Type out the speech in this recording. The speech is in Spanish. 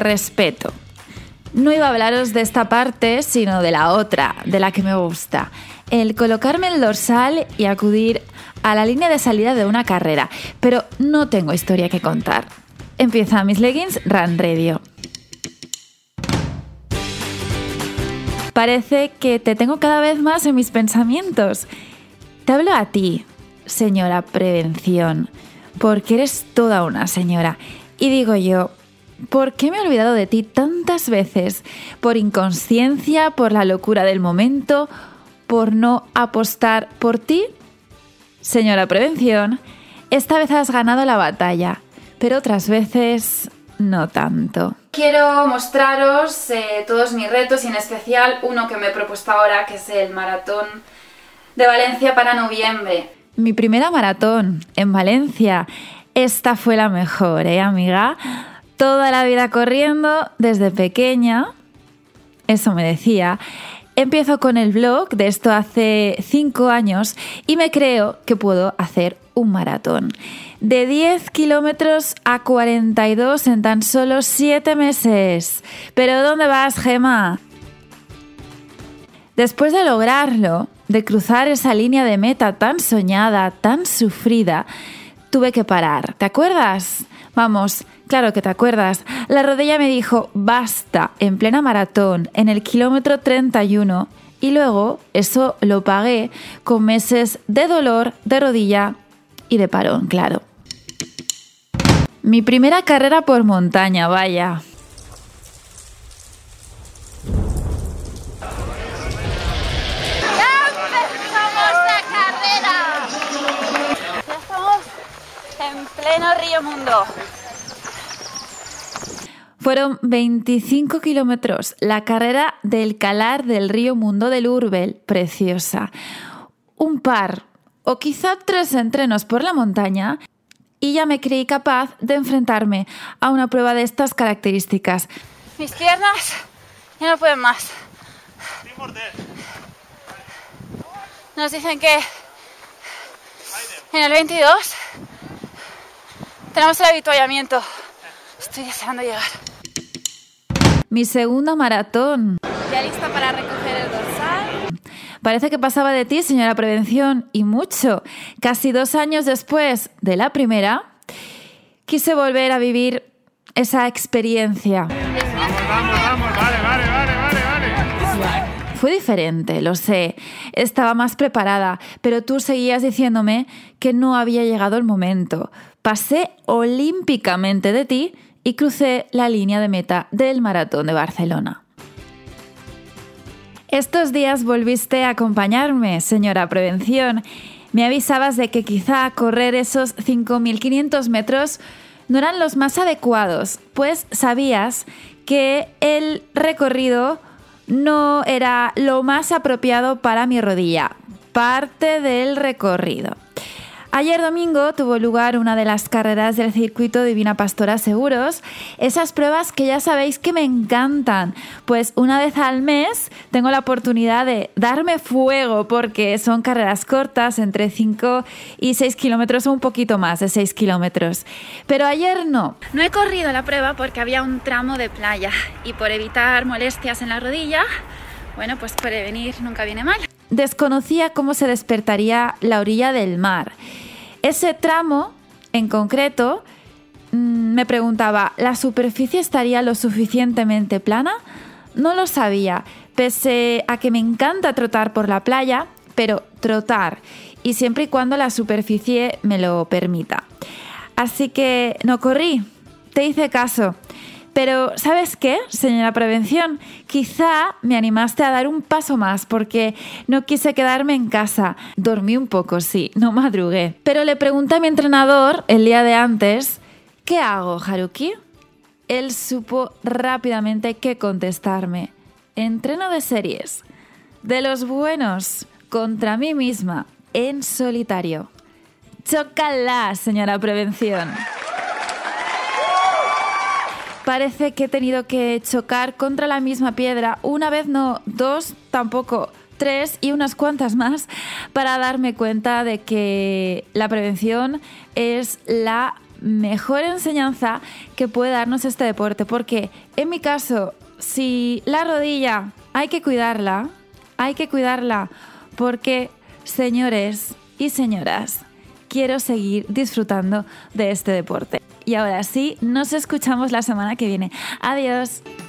respeto. No iba a hablaros de esta parte, sino de la otra, de la que me gusta. El colocarme el dorsal y acudir a la línea de salida de una carrera. Pero no tengo historia que contar. Empieza Mis Leggings Run Radio. Parece que te tengo cada vez más en mis pensamientos. Te hablo a ti, señora Prevención, porque eres toda una señora. Y digo yo, ¿por qué me he olvidado de ti tantas veces? ¿Por inconsciencia, por la locura del momento, por no apostar por ti? Señora Prevención, esta vez has ganado la batalla, pero otras veces no tanto. Quiero mostraros todos mis retos y en especial uno que me he propuesto ahora, que es el maratón de Valencia para noviembre. Mi primera maratón en Valencia. Esta fue la mejor, amiga? Toda la vida corriendo desde pequeña. Eso me decía. Empiezo con el blog de esto hace 5 años y me creo que puedo hacer un maratón. De 10 kilómetros a 42 en tan solo 7 meses. ¿Pero dónde vas, Gemma? Después de lograrlo, de cruzar esa línea de meta tan soñada, tan sufrida, tuve que parar. ¿Te acuerdas? Vamos, claro que te acuerdas. La rodilla me dijo basta en plena maratón, en el kilómetro 31, y luego eso lo pagué con meses de dolor, de rodilla y de parón, claro. Mi primera carrera por montaña, vaya. En pleno Río Mundo. Fueron 25 kilómetros, la carrera del Calar del Río Mundo del Urbel, preciosa. Un par o quizá 3 entrenos por la montaña y ya me creí capaz de enfrentarme a una prueba de estas características. Mis piernas ya no pueden más. Nos dicen que en el 22 tenemos el avituallamiento. Estoy deseando llegar. Mi segunda maratón. ¿Ya lista para recoger el dorsal? Parece que pasaba de ti, señora Prevención, y mucho. Casi 2 años después de la primera, quise volver a vivir esa experiencia. Vamos, vale. Fue diferente, lo sé. Estaba más preparada, pero tú seguías diciéndome que no había llegado el momento. Pasé olímpicamente de ti y crucé la línea de meta del maratón de Barcelona. Estos días volviste a acompañarme, señora Prevención. Me avisabas de que quizá correr esos 5.500 metros no eran los más adecuados, pues sabías que el recorrido no era lo más apropiado para mi rodilla. Parte del recorrido. Ayer domingo tuvo lugar una de las carreras del circuito Divina Pastora Seguros, esas pruebas que ya sabéis que me encantan, pues una vez al mes tengo la oportunidad de darme fuego porque son carreras cortas, entre 5 y 6 kilómetros o un poquito más de 6 kilómetros. Pero ayer no. No he corrido la prueba porque había un tramo de playa y por evitar molestias en la rodilla, bueno, pues prevenir nunca viene mal. Desconocía cómo se despertaría la orilla del mar. Ese tramo, en concreto, me preguntaba, ¿la superficie estaría lo suficientemente plana? No lo sabía, pese a que me encanta trotar por la playa, pero trotar, y siempre y cuando la superficie me lo permita. Así que no corrí, te hice caso. Pero, ¿sabes qué, señora Prevención? Quizá me animaste a dar un paso más porque no quise quedarme en casa. Dormí un poco, sí, no madrugué. Pero le pregunté a mi entrenador el día de antes, ¿qué hago, Haruki? Él supo rápidamente qué contestarme. Entreno de series. De los buenos, contra mí misma, en solitario. ¡Chócala, señora Prevención! Parece que he tenido que chocar contra la misma piedra, una vez no, 2 tampoco, 3 y unas cuantas más, para darme cuenta de que la prevención es la mejor enseñanza que puede darnos este deporte. Porque en mi caso, si la rodilla hay que cuidarla porque, señores y señoras, quiero seguir disfrutando de este deporte. Y ahora sí, nos escuchamos la semana que viene. Adiós.